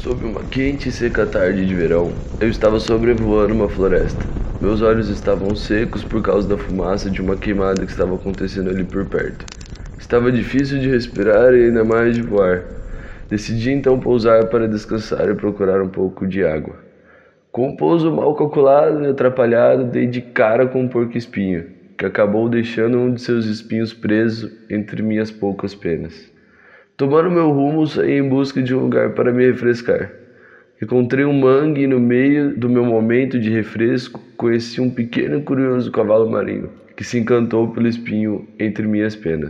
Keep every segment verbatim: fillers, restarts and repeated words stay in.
Sob uma quente e seca tarde de verão, eu estava sobrevoando uma floresta. Meus olhos estavam secos por causa da fumaça de uma queimada que estava acontecendo ali por perto. Estava difícil de respirar e ainda mais de voar. Decidi então pousar para descansar e procurar um pouco de água. Com um pouso mal calculado e atrapalhado, dei de cara com um porco-espinho, que acabou deixando um de seus espinhos preso entre minhas poucas penas. Tomando meu rumo, saí em busca de um lugar para me refrescar. Encontrei um mangue e no meio do meu momento de refresco, conheci um pequeno e curioso cavalo marinho, que se encantou pelo espinho entre minhas penas.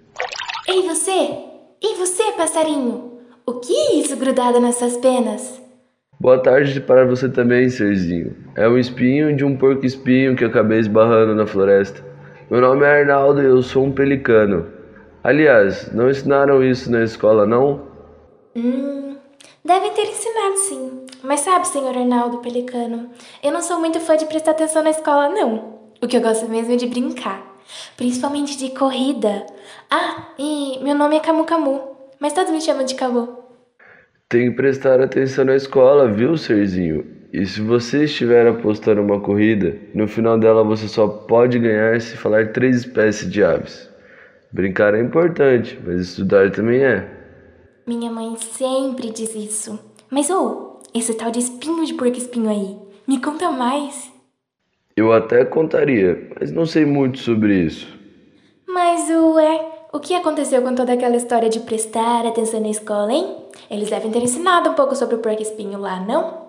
Ei você! Ei você, passarinho! O que é isso grudado nas suas penas? Boa tarde para você também, serzinho. É um espinho de um porco-espinho que acabei esbarrando na floresta. Meu nome é Arnaldo e eu sou um pelicano. Aliás, não ensinaram isso na escola, não? Hum, devem ter ensinado sim. Mas sabe, senhor Arnaldo Pelicano, eu não sou muito fã de prestar atenção na escola, não. O que eu gosto mesmo é de brincar. Principalmente de corrida. Ah, e meu nome é Camu Camu, mas todos me chamam de Camu. Tem que prestar atenção na escola, viu, serzinho? E se você estiver apostando uma corrida, no final dela você só pode ganhar se falar três espécies de aves. Brincar é importante, mas estudar também é. Minha mãe sempre diz isso. Mas, ô, esse tal de espinho de porco-espinho aí, me conta mais. Eu até contaria, mas não sei muito sobre isso. Mas, ué, o que aconteceu com toda aquela história de prestar atenção na escola, hein? Eles devem ter ensinado um pouco sobre o porco-espinho lá, não?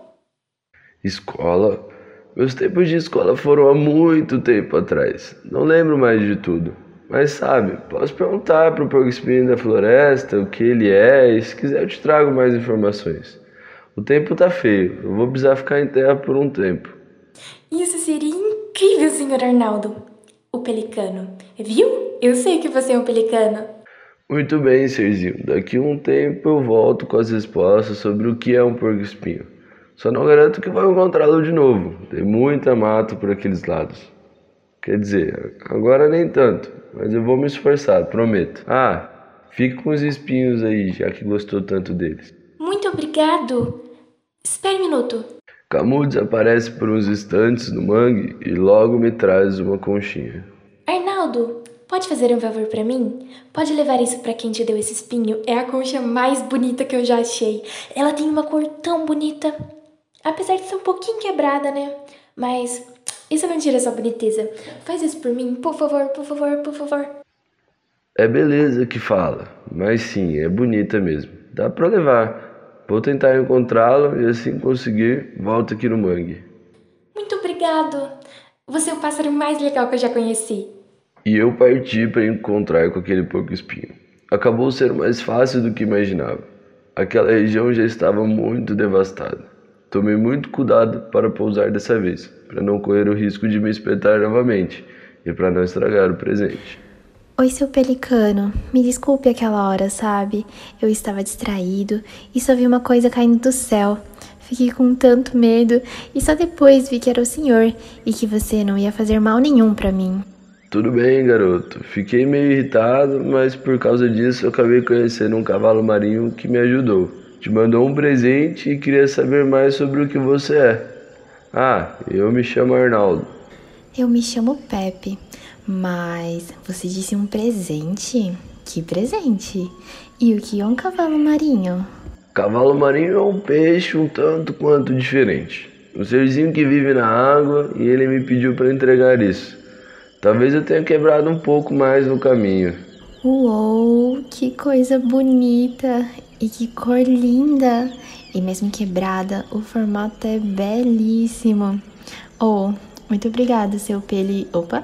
Escola? Meus tempos de escola foram há muito tempo atrás. Não lembro mais de tudo. Mas sabe, posso perguntar pro porco-espinho da floresta o que ele é e se quiser eu te trago mais informações. O tempo tá feio, eu vou precisar ficar em terra por um tempo. Isso seria incrível, senhor Arnaldo. O pelicano. Viu? Eu sei que você é um pelicano. Muito bem, serzinho. Daqui a um tempo eu volto com as respostas sobre o que é um porco-espinho. Só não garanto que vai encontrá-lo de novo. Tem muita mata por aqueles lados. Quer dizer, agora nem tanto, mas eu vou me esforçar, prometo. Ah, fique com os espinhos aí, já que gostou tanto deles. Muito obrigado. Espere um minuto. Camu desaparece por uns instantes no mangue e logo me traz uma conchinha. Arnaldo, pode fazer um favor pra mim? Pode levar isso pra quem te deu esse espinho? É a concha mais bonita que eu já achei. Ela tem uma cor tão bonita. Apesar de ser um pouquinho quebrada, né? Mas isso não tira sua boniteza. Faz isso por mim, por favor, por favor, por favor. É beleza que fala, mas sim, é bonita mesmo. Dá pra levar. Vou tentar encontrá-lo e assim conseguir, volto aqui no mangue. Muito obrigado. Você é o pássaro mais legal que eu já conheci. E eu parti para encontrar com aquele porco-espinho. Acabou sendo mais fácil do que imaginava. Aquela região já estava muito devastada. Tomei muito cuidado para pousar dessa vez, para não correr o risco de me espetar novamente e para não estragar o presente. Oi, seu pelicano. Me desculpe aquela hora, sabe? Eu estava distraído e só vi uma coisa caindo do céu. Fiquei com tanto medo e só depois vi que era o senhor e que você não ia fazer mal nenhum pra mim. Tudo bem, garoto. Fiquei meio irritado, mas por causa disso eu acabei conhecendo um cavalo marinho que me ajudou. Te mandou um presente e queria saber mais sobre o que você é. Ah, eu me chamo Arnaldo. Eu me chamo Pepe, mas você disse um presente? Que presente? E o que é um cavalo marinho? Cavalo marinho é um peixe um tanto quanto diferente. Um serzinho que vive na água e ele me pediu para entregar isso. Talvez eu tenha quebrado um pouco mais no caminho. Uou, que coisa bonita e que cor linda! E mesmo quebrada, o formato é belíssimo. Oh, muito obrigada, seu peli... Opa!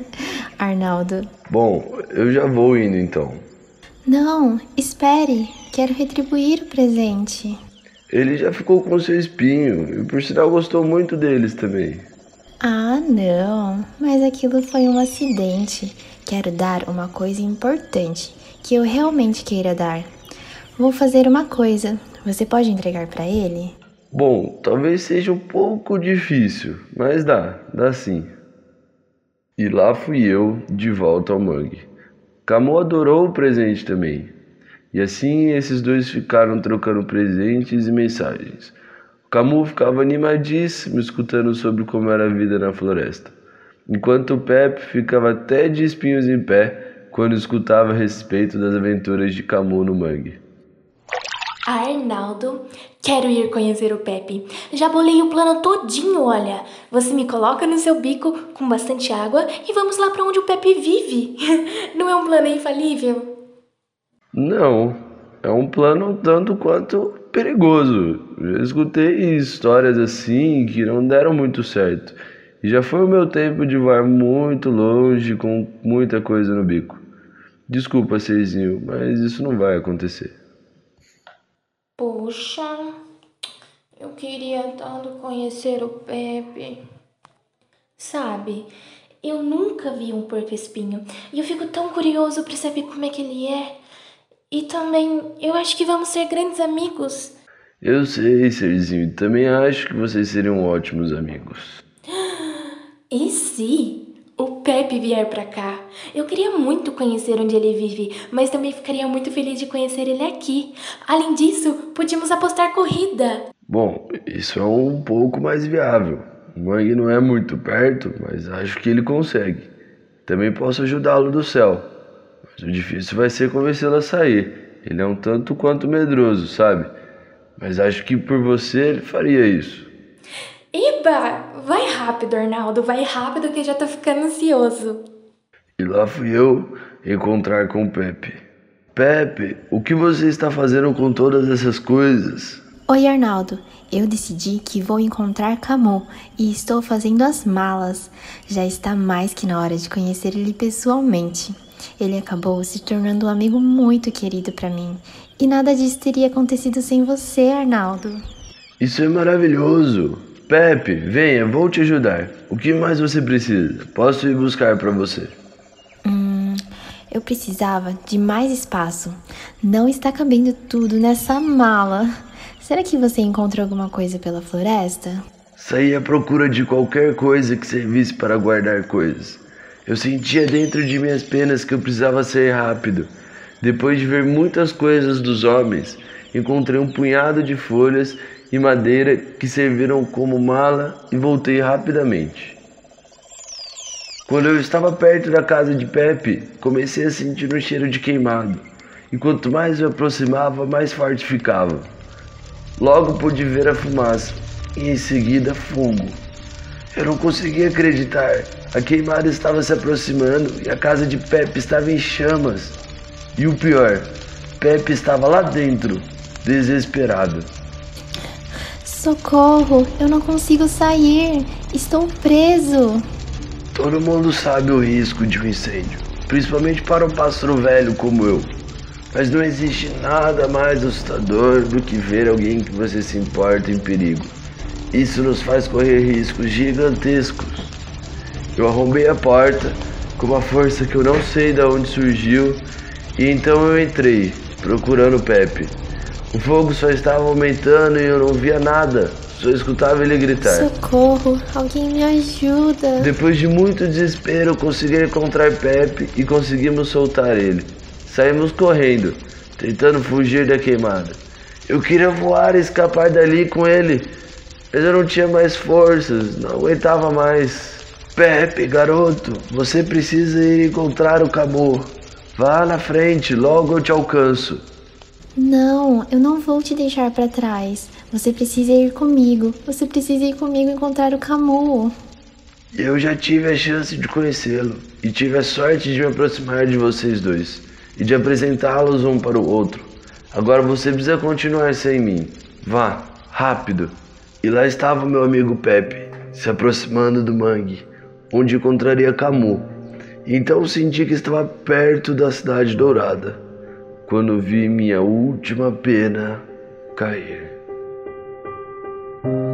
Arnaldo. Bom, eu já vou indo então. Não, espere. Quero retribuir o presente. Ele já ficou com seu espinho e por sinal gostou muito deles também. Ah, não. Mas aquilo foi um acidente. Quero dar uma coisa importante que eu realmente queira dar. Vou fazer uma coisa. Você pode entregar pra ele? Bom, talvez seja um pouco difícil, mas dá, dá sim. E lá fui eu, de volta ao mangue. Camu adorou o presente também. E assim esses dois ficaram trocando presentes e mensagens. O Camu ficava animadíssimo escutando sobre como era a vida na floresta, enquanto o Pepe ficava até de espinhos em pé quando escutava a respeito das aventuras de Camu no mangue. Arnaldo, quero ir conhecer o Pepe. Já bolei o plano todinho, olha. Você me coloca no seu bico com bastante água e vamos lá para onde o Pepe vive. Não é um plano infalível? Não, é um plano tanto quanto perigoso. Eu escutei histórias assim que não deram muito certo. E já foi o meu tempo de voar muito longe com muita coisa no bico. Desculpa, Seizinho, mas isso não vai acontecer. Poxa, eu queria tanto conhecer o Pepe. Sabe, eu nunca vi um porco-espinho e eu fico tão curioso para saber como é que ele é. E também, eu acho que vamos ser grandes amigos. Eu sei, Serzinho, também acho que vocês seriam ótimos amigos. E se o Pepe vier pra cá? Eu queria muito conhecer onde ele vive, mas também ficaria muito feliz de conhecer ele aqui. Além disso, podíamos apostar corrida. Bom, isso é um pouco mais viável. O mangue não é muito perto, mas acho que ele consegue. Também posso ajudá-lo do céu, mas o difícil vai ser convencê-lo a sair. Ele é um tanto quanto medroso, sabe? Mas acho que por você ele faria isso. Eba! Vai rápido, Arnaldo, vai rápido que eu já tô ficando ansioso. E lá fui eu encontrar com o Pepe. Pepe, o que você está fazendo com todas essas coisas? Oi, Arnaldo. Eu decidi que vou encontrar Camu e estou fazendo as malas. Já está mais que na hora de conhecer ele pessoalmente. Ele acabou se tornando um amigo muito querido para mim. E nada disso teria acontecido sem você, Arnaldo. Isso é maravilhoso. Pepe, venha, vou te ajudar. O que mais você precisa? Posso ir buscar para você. Hum, eu precisava de mais espaço. Não está cabendo tudo nessa mala. Será que você encontra alguma coisa pela floresta? Saí à procura de qualquer coisa que servisse para guardar coisas. Eu sentia dentro de minhas penas que eu precisava ser rápido. Depois de ver muitas coisas dos homens, encontrei um punhado de folhas e madeira que serviram como mala e voltei rapidamente. Quando eu estava perto da casa de Pepe, comecei a sentir um cheiro de queimado, e quanto mais eu aproximava, mais forte ficava. Logo pude ver a fumaça, e em seguida fogo. Eu não conseguia acreditar, a queimada estava se aproximando e a casa de Pepe estava em chamas. E o pior, Pepe estava lá dentro, desesperado. Socorro, eu não consigo sair. Estou preso. Todo mundo sabe o risco de um incêndio, principalmente para um pássaro velho como eu. Mas não existe nada mais assustador do que ver alguém que você se importa em perigo. Isso nos faz correr riscos gigantescos. Eu arrombei a porta com uma força que eu não sei de onde surgiu, e então eu entrei, procurando Pepe. O fogo só estava aumentando e eu não via nada, só escutava ele gritar. Socorro, alguém me ajuda. Depois de muito desespero, eu consegui encontrar Pepe e conseguimos soltar ele. Saímos correndo, tentando fugir da queimada. Eu queria voar e escapar dali com ele, mas eu não tinha mais forças, não aguentava mais. Pepe, garoto, você precisa ir encontrar o Camu. Vá na frente, logo eu te alcanço. Não, eu não vou te deixar para trás. Você precisa ir comigo. Você precisa ir comigo encontrar o Camu. Eu já tive a chance de conhecê-lo e tive a sorte de me aproximar de vocês dois e de apresentá-los um para o outro. Agora você precisa continuar sem mim. Vá, rápido. E lá estava meu amigo Pepe, se aproximando do mangue, onde encontraria Camu. Então senti que estava perto da Cidade Dourada, quando vi minha última pena cair.